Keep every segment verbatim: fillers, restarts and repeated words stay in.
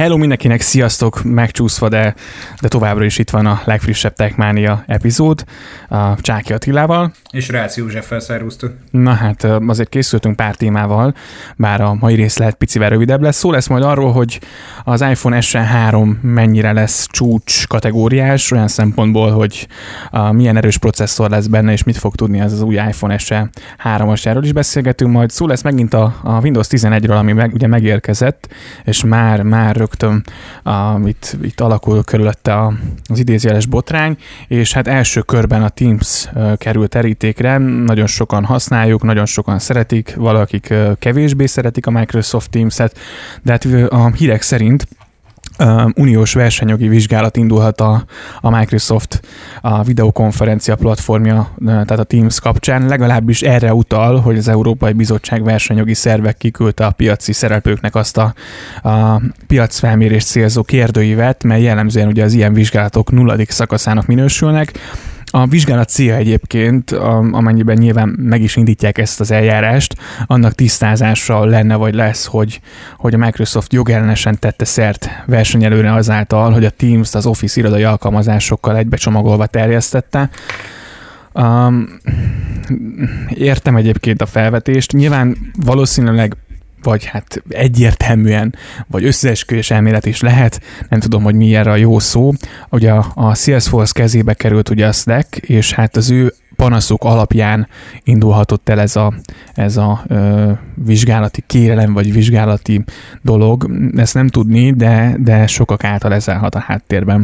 Hello mindenkinek, sziasztok, megcsúszva, de, de továbbra is itt van a legfrissebb Techmania epizód, a Csáki Attilával. És Rácz Józseffel, szervusztok. Na hát azért készültünk pár témával, bár a mai rész lehet picivel rövidebb lesz. Szó lesz majd arról, hogy az iPhone es e három mennyire lesz csúcs kategóriás, olyan szempontból, hogy a, milyen erős processzor lesz benne, és mit fog tudni az az új iPhone es e hármas, erről is beszélgetünk majd. Szó lesz megint a, a Windows tizenegyről, ami meg, ugye megérkezett, és már, már rögtön a, itt, itt alakul körülötte a, az idézőjeles botrány, és hát első körben a Teams uh, került terítékre, nagyon sokan használjuk, nagyon sokan szeretik, valakik uh, kevésbé szeretik a Microsoft Teams-et, de hát uh, a hírek szerint Uh, uniós versenyjogi vizsgálat indulhat a, a Microsoft a videokonferencia platformja, uh, tehát a Teams kapcsán, legalábbis erre utal, hogy az Európai Bizottság versenyjogi szervek kiküldte a piaci szereplőknek azt a, a piacfelmérést célzó kérdőívet, mely jellemzően ugye az ilyen vizsgálatok nulladik szakaszának minősülnek. A vizsgálat célja egyébként, amennyiben nyilván meg is indítják ezt az eljárást, annak tisztázása lenne vagy lesz, hogy, hogy a Microsoft jogellenesen tette szert versenyelőre azáltal, hogy a Teams-t az Office irodai alkalmazásokkal egybecsomagolva terjesztette. Um, értem egyébként a felvetést. Nyilván valószínűleg vagy hát egyértelműen, vagy összeesküvés elmélet is lehet, nem tudom, hogy mi erre a jó szó. Ugye a, a Salesforce kezébe került ugye a Slack, és hát az ő panaszok alapján indulhatott el ez a, ez a ö, vizsgálati kérelem, vagy vizsgálati dolog. Ezt nem tudni, de, de sokak által ez állhat a háttérben.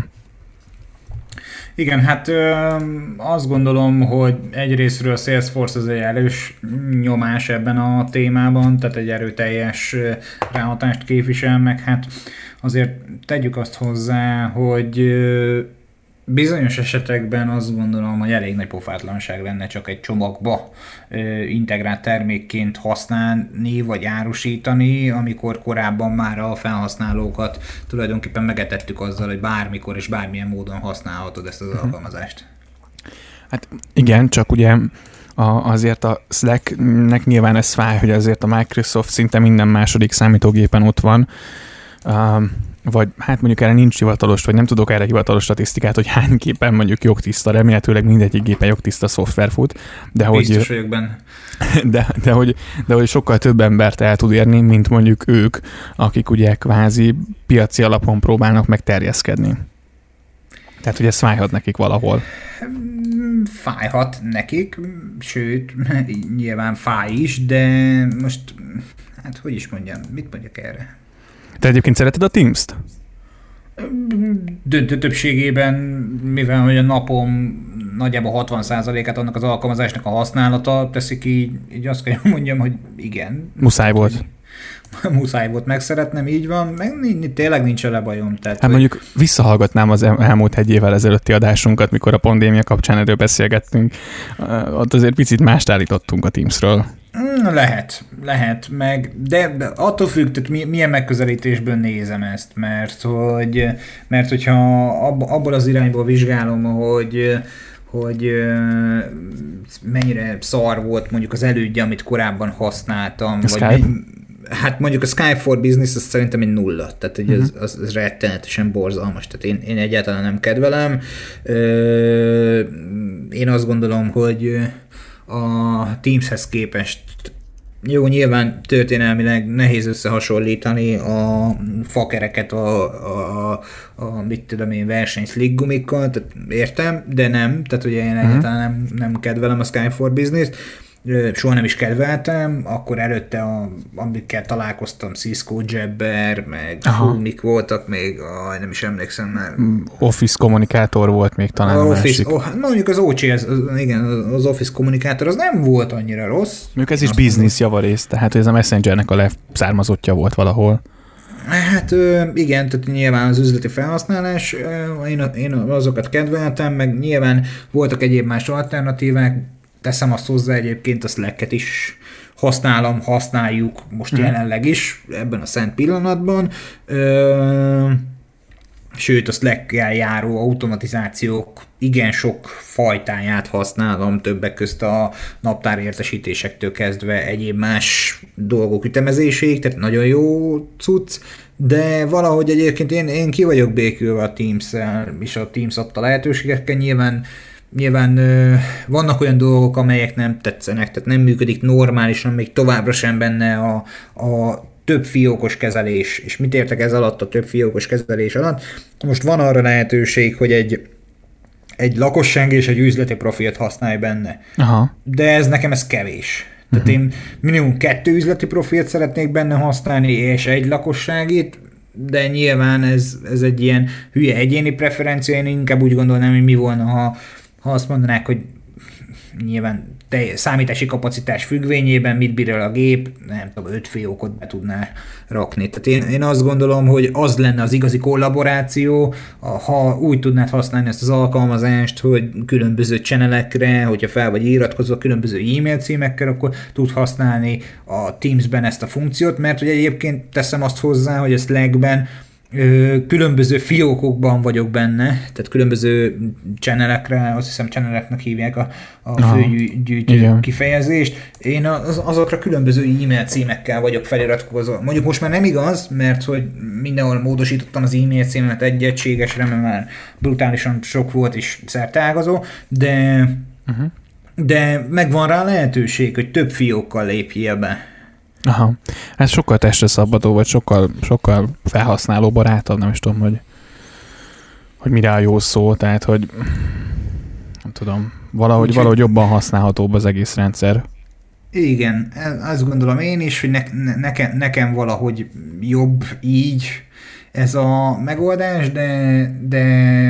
Igen, hát ö, azt gondolom, hogy egyrésztről a Salesforce az egy erős nyomás ebben a témában, tehát egy erőteljes ráhatást képvisel, meg hát azért tegyük azt hozzá, hogy ö, bizonyos esetekben azt gondolom, hogy elég nagy pofátlanság lenne csak egy csomagba ö, integrált termékként használni, vagy árusítani, amikor korábban már a felhasználókat tulajdonképpen megetettük azzal, hogy bármikor és bármilyen módon használhatod ezt az uh-huh. alkalmazást. Hát igen, csak ugye a, azért a Slacknek nyilván ez fáj, hogy azért a Microsoft szinte minden második számítógépen ott van, um, vagy hát mondjuk erre nincs hivatalos, vagy nem tudok erre hivatalos statisztikát, hogy hány gépen mondjuk jogtiszta, remélhetőleg mindegyik gépen jogtiszta szoftver fut. De Biztos hogy, vagyok benne. De, de, hogy, de hogy sokkal több embert el tud érni, mint mondjuk ők, akik ugye kvázi piaci alapon próbálnak megterjeszkedni. Tehát, hogy ez fájhat nekik valahol. Fájhat nekik, sőt, nyilván fáj is, de most, hát hogy is mondjam, mit mondjak erre? Te egyébként szereted a Teams-t? Döntő többségében, mivel hogy a napom nagyjából hatvan százalékát annak az alkalmazásnak a használata teszik, így, így azt kell mondjam, hogy igen. Muszáj volt. Muszáj volt, meg szeretném, így van, meg tényleg nincs vele bajom. Tehát, hát hogy... mondjuk visszahallgatnám az elmúlt egy évvel ezelőtti adásunkat, mikor a pandémia kapcsán erről beszélgettünk. Ott azért picit mást állítottunk a Teamsről. Lehet, lehet, meg, de, de attól függ, tehát milyen megközelítésből nézem ezt, mert, hogy, mert hogyha ab, abból az irányból vizsgálom, hogy, hogy mennyire szar volt mondjuk az elődje, amit korábban használtam, A vagy menny, hát mondjuk a Skype for Business az szerintem egy nulla, tehát hogy uh-huh. az, az, az rettenetesen borzalmas, tehát én, én egyáltalán nem kedvelem. Én azt gondolom, hogy a Teamshez képest jó, nyilván történelmileg nehéz összehasonlítani a fakereket a, a, a, a mit tudom én, versenyszliggumikkal, tehát értem, de nem, tehát ugye én egyáltalán nem, nem kedvelem a Skype for Business-t, soha nem is kedveltem, akkor előtte, a, amikkel találkoztam, Cisco, Jabber, meg hú, mik voltak még, ah, nem is emlékszem már. Office kommunikátor volt még talán a, a Office, oh, mondjuk az o cé, az, az, igen, az Office kommunikátor, az nem volt annyira rossz. Mondjuk ez is business javarész, tehát ez a Messengernek a leszármazottja volt valahol. Hát igen, tehát nyilván az üzleti felhasználás, én, én azokat kedveltem, meg nyilván voltak egyéb más alternatívák, teszem azt hozzá egyébként, a Slack-et is használom, használjuk most hmm. jelenleg is, ebben a szent pillanatban. Ö, sőt, a Slack-el járó automatizációk igen sok fajtáját használom, többek közt a naptárértesítésektől kezdve egyéb más dolgok ütemezéséig, tehát nagyon jó cucc, de valahogy egyébként én, én ki vagyok békülve a Teams-el, és a Teams adta lehetőségekkel. Nyilván, nyilván ö, vannak olyan dolgok, amelyek nem tetszenek, tehát nem működik normálisan, még továbbra sem benne a, a több fiókos kezelés. És mit értek ez alatt, a több fiókos kezelés alatt? Most van arra lehetőség, hogy egy egy lakosság és egy üzleti profilt használj benne. Aha. De ez nekem ez kevés. Tehát uh-huh. én minimum kettő üzleti profilt szeretnék benne használni, és egy lakosságit, de nyilván ez, ez egy ilyen hülye egyéni preferencia, én inkább úgy gondolnám, hogy mi volna, ha, ha azt mondanák, hogy nyilván te, számítási kapacitás függvényében mit bír el a gép, nem tudom, öt fiókot be tudná rakni. Tehát én, én azt gondolom, hogy az lenne az igazi kollaboráció, ha úgy tudnád használni ezt az alkalmazást, hogy különböző channelekre, hogyha fel vagy iratkozva különböző e-mail címekkel, akkor tud használni a Teams-ben ezt a funkciót, mert hogy egyébként teszem azt hozzá, hogy a Slack-ben különböző fiókokban vagyok benne, tehát különböző channelekre, azt hiszem channeleknek hívják a, a főgyűjtő kifejezést. Én az, azokra különböző e-mail címekkel vagyok feliratkozva. Mondjuk most már nem igaz, mert hogy mindenhol módosítottam az e-mail címemet egy egységesre, mert már brutálisan sok volt és szerteágazó, de, uh-huh. de megvan rá lehetőség, hogy több fiókkal lépjél be. Aha. Ez sokkal testre szabadó, vagy sokkal, sokkal felhasználó barátabb, nem is tudom, hogy, hogy mire a jó szó, tehát, hogy nem tudom, valahogy, valahogy jobban használhatóbb az egész rendszer. Igen, azt gondolom én is, hogy ne, nekem, nekem valahogy jobb így ez a megoldás, de, de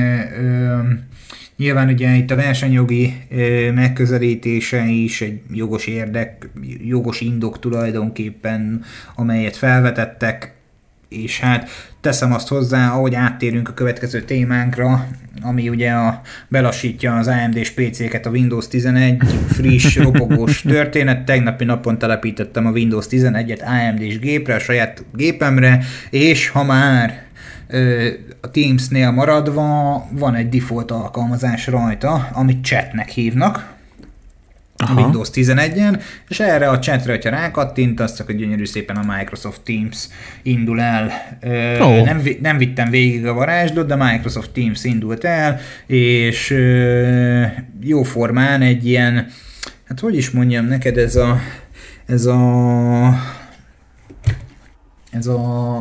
ö, nyilván ugye itt a versenyjogi megközelítése is egy jogos érdek, jogos indok tulajdonképpen, amelyet felvetettek, és hát teszem azt hozzá, ahogy áttérünk a következő témánkra, ami ugye a, belassítja az á em dés pé céket a Windows tizenegy, friss, ropogós történet. Tegnapi napon telepítettem a Windows tizenegyet á em dés gépre, a saját gépemre, és ha már a Teams-nél maradva van egy default alkalmazás rajta, amit chatnek hívnak. Aha. A Windows tizenegyen, és erre a chatre, hogyha rákattintasz, akkor gyönyörű szépen a Microsoft Teams indul el. Oh. Nem, nem vittem végig a varázslót, de Microsoft Teams indult el, és jóformán egy ilyen, hát hogy is mondjam neked, ez a ez a ez a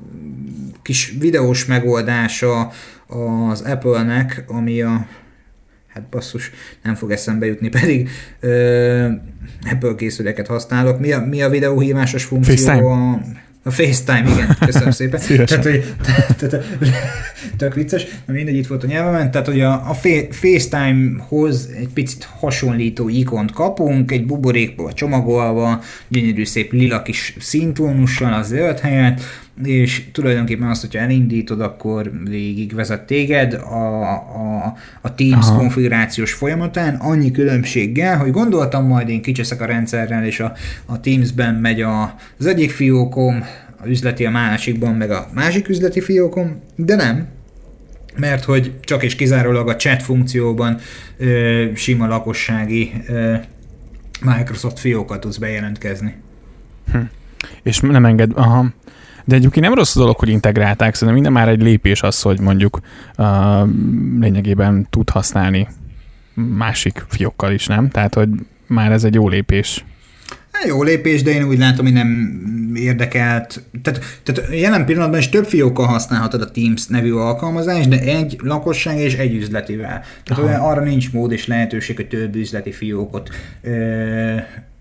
kis videós megoldása az Apple-nek, ami a hát basszus, nem fog eszembe jutni, pedig ö, Apple készüléket használok. Mi a, mi a videóhívásos funkció? FaceTime. A, a FaceTime, igen, köszönöm szépen. Tehát, hogy, tehát, tök vicces, de mindegy, itt volt a nyelvemen, tehát, hogy a, a FaceTime-hoz egy picit hasonlító ikont kapunk, egy buborékból csomagolva, gyönyörű szép lila kis színtónussal a zöld helyett, és tulajdonképpen azt, hogyha elindítod, akkor végigvezet téged a, a, a Teams Aha. konfigurációs folyamatán, annyi különbséggel, hogy gondoltam, majd én kicseszek a rendszerrel, és a, a Teams-ben megy a, az egyik fiókom, a üzleti a másikban, meg a másik üzleti fiókom, de nem, mert hogy csak és kizárólag a chat funkcióban ö, sima lakossági ö, Microsoft fiókat tudsz bejelentkezni. Hm. És nem enged, aha. De egyébként nem rossz dolog, hogy integrálták, szerintem minden már egy lépés az, hogy mondjuk uh, lényegében tud használni másik fiókkal is, nem? Tehát, hogy már ez egy jó lépés. Jó lépés, de én úgy látom, hogy nem érdekelt. Tehát, tehát jelen pillanatban is több fiókkal használhatod a Teams nevű alkalmazást, de egy lakosság és egy üzletivel. Tehát olyan, arra nincs mód és lehetőség, hogy több üzleti fiókot ö,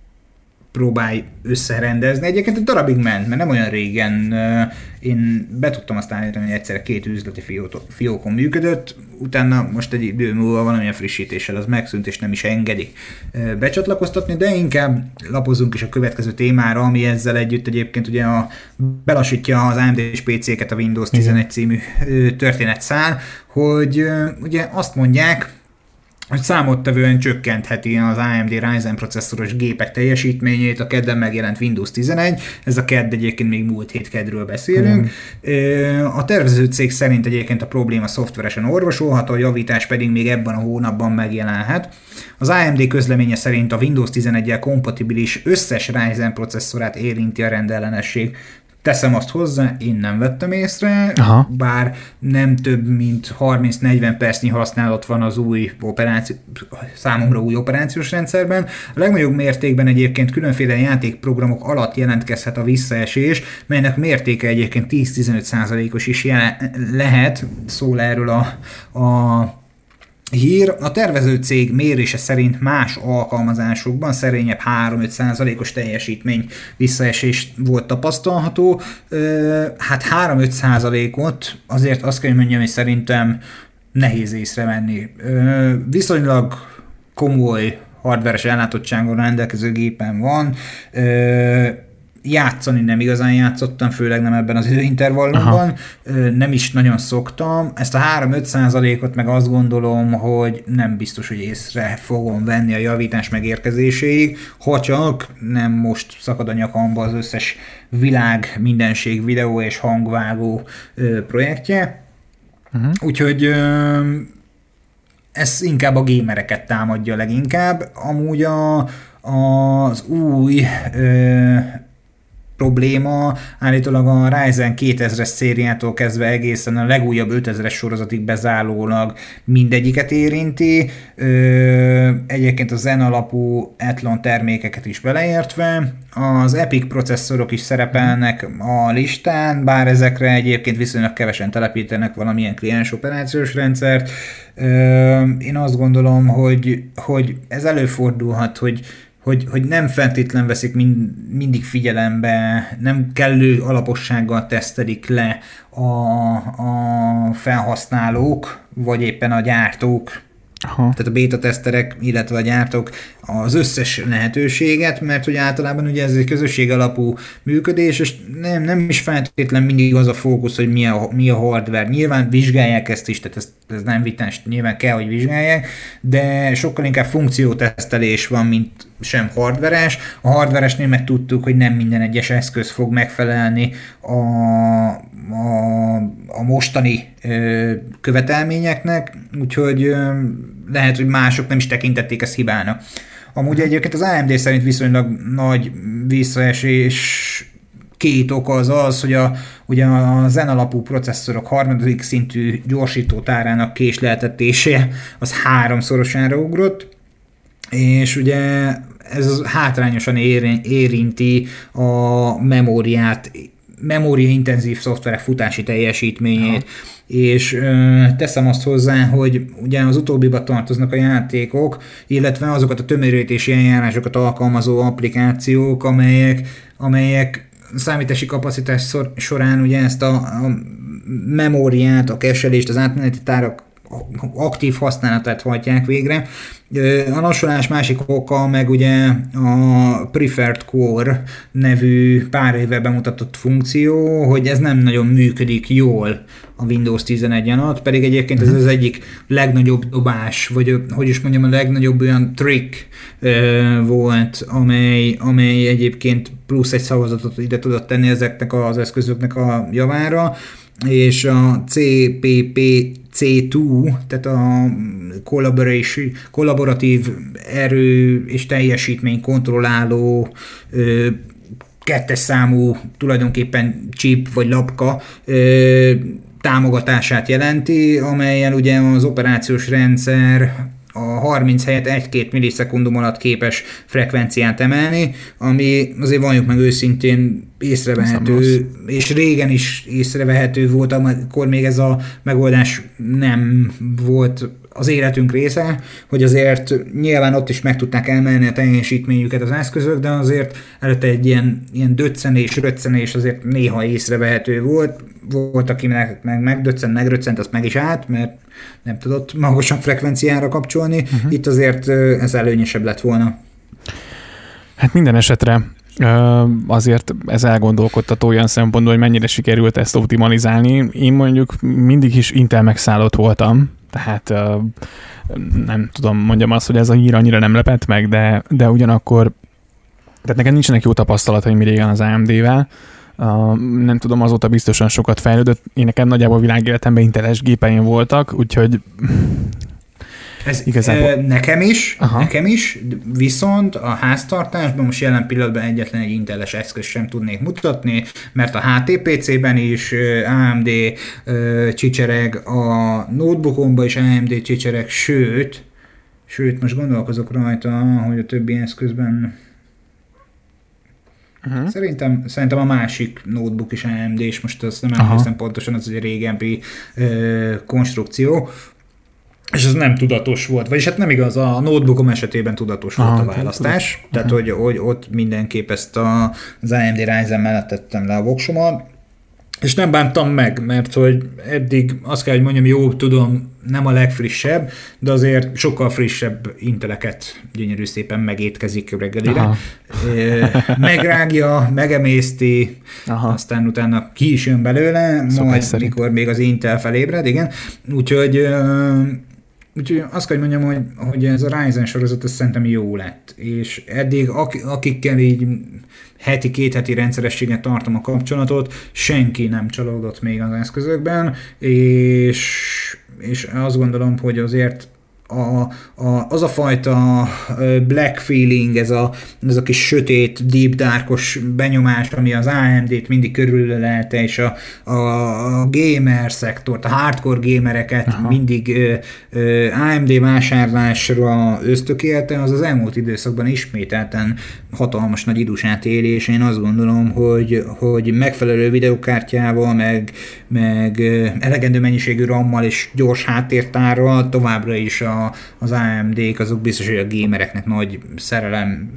próbálj összerendezni. Egyébként egy darabig ment, mert nem olyan régen uh, én be tudtam azt állítani, hogy egyszerre két üzleti fiókon működött, utána most egy idő múlva valamilyen frissítéssel az megszűnt, és nem is engedi uh, becsatlakoztatni, de inkább lapozunk is a következő témára, ami ezzel együtt egyébként ugye a, belassítja az á em dés pé céket a Windows tizenegy című uh, történetszál, hogy uh, ugye azt mondják, hogy számottevően csökkentheti az á em dé Ryzen processzoros gépek teljesítményét a kedden megjelent Windows tizenegy, ez a kedd egyébként még múlt hét keddről beszélünk. Hmm. A tervező cég szerint egyébként a probléma szoftveresen orvosolható, a javítás pedig még ebben a hónapban megjelenhet. Az á em dé közleménye szerint a Windows tizeneggyel kompatibilis összes Ryzen processzorát érinti a rendellenesség. Teszem azt hozzá, én nem vettem észre, Aha. bár nem több mint harminc-negyven percnyi használat van az új operáció, számomra új operációs rendszerben. A legnagyobb mértékben egyébként különféle játékprogramok alatt jelentkezhet a visszaesés, melynek mértéke egyébként tíz-tizenöt százalékos is jelen, lehet, szól erről a, a hír. A tervező cég mérése szerint más alkalmazásokban szerényebb három-öt százalékos teljesítmény visszaesés volt tapasztalható. Hát három-öt százalékot azért azt kell, hogy mondjam, hogy szerintem nehéz észrevenni. Viszonylag komoly hardveres ellátottságon rendelkező gépen van, játszani nem igazán játszottam, főleg nem ebben az időintervallumban, nem is nagyon szoktam. Ezt a három-öt százalékot meg azt gondolom, hogy nem biztos, hogy észre fogom venni a javítás megérkezéséig, ha csak nem most szakad a nyakamba az összes világ, mindenség videó és hangvágó projektje. Uh-huh. Úgyhogy ez inkább a gamereket támadja leginkább. Amúgy a, az új ö, probléma állítólag a Ryzen kétezres szériától kezdve egészen a legújabb ötezres sorozatig bezárólag mindegyiket érinti. Ö, egyébként a Zen alapú Athlon termékeket is beleértve. Az Epic processzorok is szerepelnek a listán, bár ezekre egyébként viszonylag kevesen telepítenek valamilyen kliens operációs rendszert. Ö, én azt gondolom, hogy, hogy ez előfordulhat, hogy Hogy, hogy nem feltétlen veszik mind, mindig figyelembe, nem kellő alapossággal tesztelik le a, a felhasználók, vagy éppen a gyártók, aha, tehát a beta teszterek, illetve a gyártók az összes lehetőséget, mert hogy általában ugye ez egy közösség alapú működés, és nem, nem is feltétlen mindig az a fókusz, hogy mi a, mi a hardware. Nyilván vizsgálják ezt is, tehát ez, ez nem vitás, nyilván kell, hogy vizsgálják, de sokkal inkább funkciótesztelés van, mint sem hardveres. A hardveresnél meg tudtuk, hogy nem minden egyes eszköz fog megfelelni a, a, a mostani ö, követelményeknek, úgyhogy ö, lehet, hogy mások nem is tekintették ezt hibának. Amúgy egyébként az á em dé szerint viszonylag nagy visszaesés két oka az az, hogy a, ugye a Zen alapú processzorok harmadik szintű gyorsító tárának késleltetése az háromszorosára ugrott, és ugye ez hátrányosan érinti a memóriát, memória-intenzív szoftverek futási teljesítményét, ha. És ö, teszem azt hozzá, hogy ugye az utóbbiba tartoznak a játékok, illetve azokat a tömörítési eljárásokat alkalmazó applikációk, amelyek, amelyek számítási kapacitás szor, során ugye ezt a, a memóriát, a cache-elést, az átmeneti tárak aktív használatát hajtják végre. A lassulás másik oka meg ugye a Preferred Core nevű pár éve bemutatott funkció, hogy ez nem nagyon működik jól a Windows tizenegy alatt, pedig egyébként ez az egyik legnagyobb dobás, vagy hogy is mondjam, a legnagyobb olyan trick volt, amely, amely egyébként plusz egy szavazatot ide tudott tenni ezeknek az eszközöknek a javára, és a cé pé pé cé kettő, tehát a kollaboratív erő és teljesítmény kontrolláló ö, kettes számú tulajdonképpen chip vagy lapka ö, támogatását jelenti, amellyel ugye az operációs rendszer a harminc helyett egy-két millisekundum alatt képes frekvenciát emelni, ami azért valljuk meg őszintén észrevehető, és régen is észrevehető volt, amikor még ez a megoldás nem volt az életünk része, hogy azért nyilván ott is meg tudták emelni a teljesítményüket az eszközök, de azért előtte egy ilyen, ilyen döccenés, röccenés azért néha észrevehető volt. Volt, akinek meg megdöccent, megröccent, azt meg is állt, mert nem tudott magasabb frekvenciára kapcsolni. Uh-huh. Itt azért ez előnyösebb lett volna. Hát minden esetre azért ez elgondolkodtató olyan szempontból, hogy mennyire sikerült ezt optimalizálni. Én mondjuk mindig is Intel megszállott voltam, tehát nem tudom, mondjam azt, hogy ez a hír annyira nem lepett meg, de, de ugyanakkor tehát nekem nincsenek jó tapasztalataim régen az á em dé-vel. Uh, nem tudom, azóta biztosan sokat fejlődött. Én nekem nagyjából világéletemben Inteles gépeim voltak, úgyhogy... Ez igazából... nekem is, Aha. nekem is, viszont a háztartásban most jelen pillanatban egyetlen egy Inteles eszköz sem tudnék mutatni, mert a há té pé cében is á em dé csicsereg, a notebookomban is á em dé csicsereg, sőt, sőt, most gondolkozok rajta, hogy a többi eszközben Uh-huh. Szerintem, szerintem a másik notebook is á em dé, és most azt nem emlékszem pontosan, az egy régebbi ö, konstrukció, és ez nem tudatos volt, vagyis hát nem igaz, a notebookom esetében tudatos Aha, volt a választás, tudatos. Tehát uh-huh. hogy, hogy ott mindenképp ezt a, az á em dé Ryzen mellett tettem le a voksomat, és nem bántam meg, mert hogy eddig azt kell, hogy mondjam, jó, tudom, nem a legfrissebb, de azért sokkal frissebb Inteleket gyönyörű szépen megétkezik reggelire. Megrágja, megemészti, Aha. aztán utána ki is jön belőle, Szokás majd szerint. Mikor még az Intel felébred, igen. Úgyhogy, úgyhogy azt kell, hogy mondjam, hogy, hogy ez a Ryzen sorozat ez szerintem jó lett, és eddig akikkel így heti, két heti rendszerességet tartom a kapcsolatot, senki nem csalódott még az eszközökben, és, és azt gondolom, hogy azért a, a, az a fajta black feeling, ez a, ez a kis sötét, deep darkos benyomás, ami az á em dét mindig körülölelte, és a, a, a gamer szektort, a hardcore gamereket Aha. mindig ö, ö, á em dé vásárlásra ösztökélte, az az elmúlt időszakban ismételten hatalmas nagy idusát él, és én azt gondolom, hogy, hogy megfelelő videokártyával, meg, meg elegendő mennyiségű rammal és gyors háttértárral továbbra is a az á em dé-k azok biztos, hogy a gamereknek nagy szerelem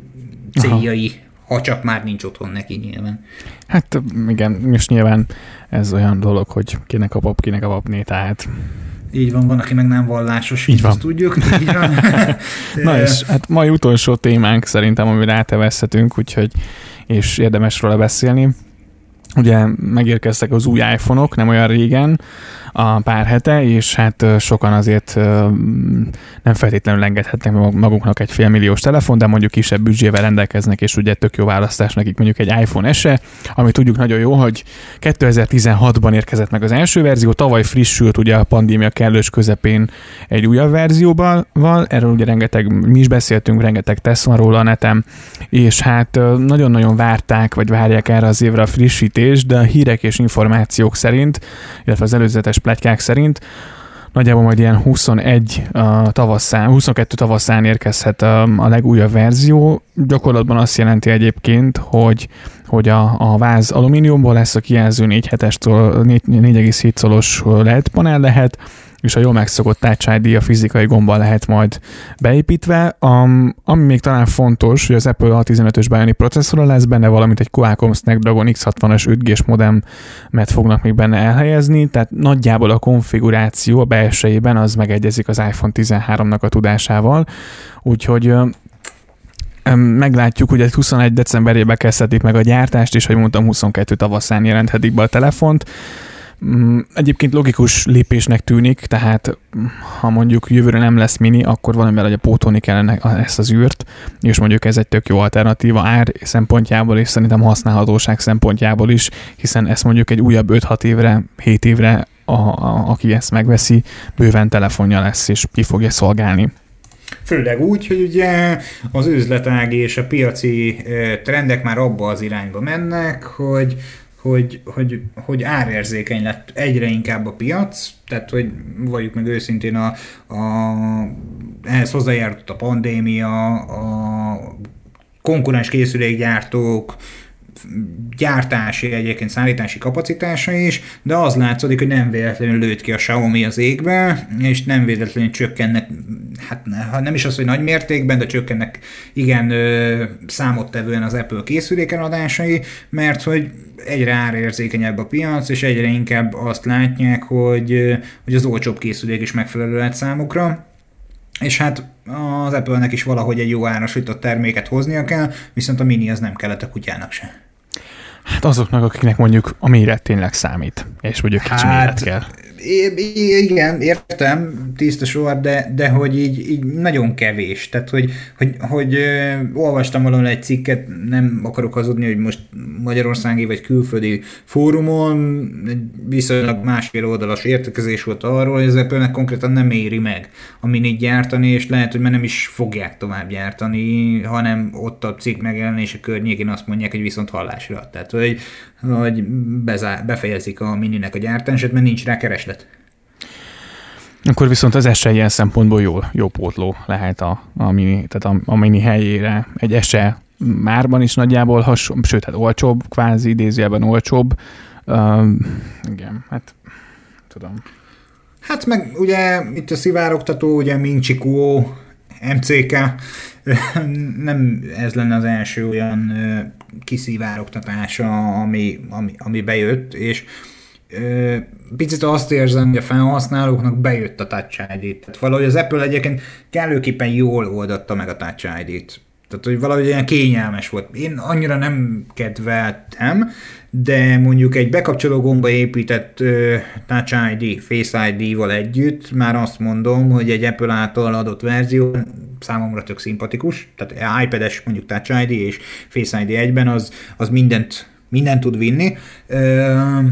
céljai, Aha. ha csak már nincs otthon neki nyilván. Hát igen, és nyilván ez olyan dolog, hogy kinek a pap, kinek a papné, tehát... Így van, van, aki meg nem vallásos, így van. Azt tudjuk. Így van. Na és hát mai utolsó témánk szerintem, amire átevezhetünk, úgyhogy és érdemes róla beszélni. Ugye megérkeztek az új iPhone-ok nem olyan régen, a pár hete, és hát sokan azért nem feltétlenül engedhetnek maguknak egy félmilliós telefon, de mondjuk kisebb büdzsével rendelkeznek, és ugye tök jó választás nekik mondjuk egy iPhone es e, ami tudjuk nagyon jó, hogy kétezer-tizenhatban érkezett meg az első verzió, tavaly frissült ugye a pandémia kellős közepén egy újabb verzióval, erről ugye rengeteg, mi is beszéltünk, rengeteg teszt van róla a neten, és hát nagyon-nagyon várták, vagy várják erre az évre a frissítést, de a hírek és információk szerint, illetve az előzetes pletykák szerint nagyjából majd ilyen huszonegy uh, tavaszán, huszonkettő tavaszán érkezhet a, a legújabb verzió. Gyakorlatban azt jelenti egyébként, hogy, hogy a, a váz alumíniumból lesz, a kijelző négy egész hét szolos el é dé panel lehet, és a jól megszokott Touch áj dí a fizikai gombbal lehet majd beépítve. Um, ami még talán fontos, hogy az Apple A tizenötös Bionic processzora lesz benne, valamint egy Qualcomm Snapdragon iksz hatvanas öt gés modemet fognak még benne elhelyezni, tehát nagyjából a konfiguráció a belsejében az megegyezik az iPhone tizenháromnak a tudásával, úgyhogy meglátjuk, hogy huszonegy decemberében kezdhetik meg a gyártást, és, hogy mondtam, huszonkettő tavaszán jelenthetik be a telefont. Egyébként logikus lépésnek tűnik, tehát ha mondjuk jövőre nem lesz mini, akkor valamivel ugye pótolni kellene ezt az űrt, és mondjuk ez egy tök jó alternatíva ár szempontjából, és szerintem használhatóság szempontjából is, hiszen ezt mondjuk egy újabb öt-hat évre, hét évre, a, a, aki ezt megveszi, bőven telefonja lesz, és ki fogja szolgálni. Főleg úgy, hogy ugye az üzletági és a piaci trendek már abba az irányba mennek, hogy Hogy, hogy, hogy árérzékeny lett egyre inkább a piac, tehát hogy valljuk meg őszintén, a, a, ehhez hozzájárult a pandémia, a konkurens készülékgyártók, gyártási, egyébként szállítási kapacitása is, de az látszik, hogy nem véletlenül lőtt ki a Xiaomi az égbe, és nem véletlenül csökkennek, hát nem is az, hogy nagy mértékben, de csökkennek igen számottevően az Apple készülékeladásai, mert hogy egyre árérzékenyebb a piac, és egyre inkább azt látják, hogy, hogy az olcsóbb készülék is megfelelő lehet számukra. És hát az Apple-nek is valahogy egy jó árasított terméket hoznia kell, viszont a mini az nem kellett a kutyának se. Hát azoknak, akiknek mondjuk a méret tényleg számít, és mondjuk kicsi hát, méret kell. Igen, értem, tiszta sor, de, de hogy így, így nagyon kevés. Tehát, hogy, hogy, hogy ö, olvastam valahol egy cikket, nem akarok hazudni, hogy most magyarországi vagy külföldi fórumon viszonylag másfél oldalas értekezés volt arról, hogy az Apple-nek konkrétan nem éri meg a minit gyártani, és lehet, hogy már nem is fogják tovább gyártani, hanem ott a cikk megjelenése környékén azt mondják, hogy viszont hallásra. Tehát, hogy, hogy bezá, befejezik a mininek a gyártását, mert nincs rá kereslet. Akkor viszont az es e ilyen szempontból jó, jó pótló lehet a, a mini, tehát a, a mini helyére. Egy es e márban is nagyjából hasonló, sőt, hát olcsóbb, kvázi idézőjelben olcsóbb. Uh, igen, hát tudom. Hát meg ugye itt a szivárogtató, ugye Ming-Chi Kuo, em cé ká, nem ez lenne az első olyan kiszivárogtatása, ami, ami, ami bejött, és ö, picit azt érzem, hogy a felhasználóknak bejött a Touch áj dí. Tehát valahogy az Apple egyébként kellőképpen jól oldotta meg a Touch áj dí-t. Tehát, hogy valahogy ilyen kényelmes volt. Én annyira nem kedveltem, de mondjuk egy bekapcsoló gomba épített uh, Touch áj dí, Face áj dí-val együtt már azt mondom, hogy egy Apple által adott verzió számomra tök szimpatikus. Tehát iPad-es mondjuk Touch áj dí és Face áj dí egyben az, az mindent, mindent tud vinni. Uh,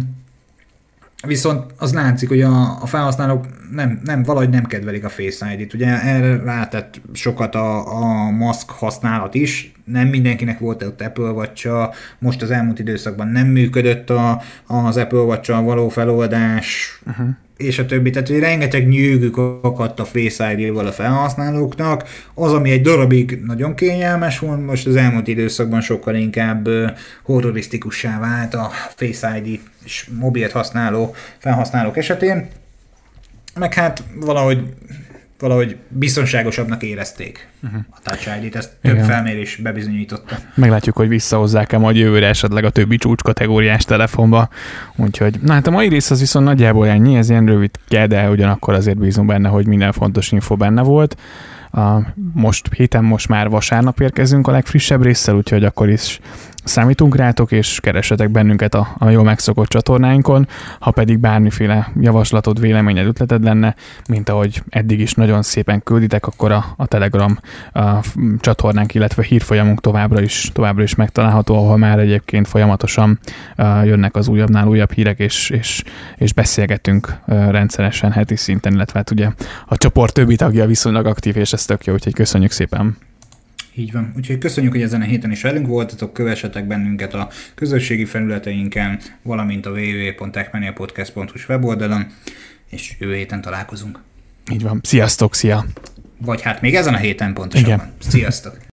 Viszont az látszik, hogy a, a felhasználók nem, nem, valahogy nem kedvelik a Face áj dí-t. Ugye erre rátett sokat a, a maszk használat is. Nem mindenkinek volt ott Apple Watch-a, most az elmúlt időszakban nem működött a, az Apple Watch-a való feloldás, uh-huh. és a többi. Tehát, hogy rengeteg nyűgük akadt a Face áj dí-val a felhasználóknak. Az, ami egy darabig nagyon kényelmes volt, most az elmúlt időszakban sokkal inkább horrorisztikussá vált a Face áj dí és mobilt használó felhasználók esetén. Meg hát valahogy, valahogy biztonságosabbnak érezték uh-huh. a Touch áj dí-t, ezt több Igen. felmérés bebizonyította. Meglátjuk, hogy visszahozzák-e majd jövőre esetleg a többi csúcskategóriás telefonba. Úgyhogy, na hát a mai rész az viszont nagyjából ennyi, ez ilyen rövidke, de ugyanakkor azért bízunk benne, hogy minden fontos info benne volt. A most héten most már vasárnap érkezünk a legfrissebb résszel, úgyhogy akkor is számítunk rátok, és keressetek bennünket a, a jól megszokott csatornáinkon. Ha pedig bármiféle javaslatod, véleményed, ötleted lenne, mint ahogy eddig is nagyon szépen külditek, akkor a, a Telegram a csatornánk, illetve hírfolyamunk továbbra is, továbbra is megtalálható, ahol már egyébként folyamatosan uh, jönnek az újabbnál újabb hírek, és, és, és beszélgetünk uh, rendszeresen heti szinten, illetve hát ugye a csoport többi tagja viszonylag aktív, és ez tök jó, úgyhogy köszönjük szépen. Így van. Úgyhogy köszönjük, hogy ezen a héten is velünk voltatok, kövessetek bennünket a közösségi felületeinken, valamint a double-u double-u double-u pont techmaniapodcast pont hu weboldalon, és jövő héten találkozunk. Így van. Sziasztok, szia! Vagy hát még ezen a héten pontosabban. Igen. Sziasztok!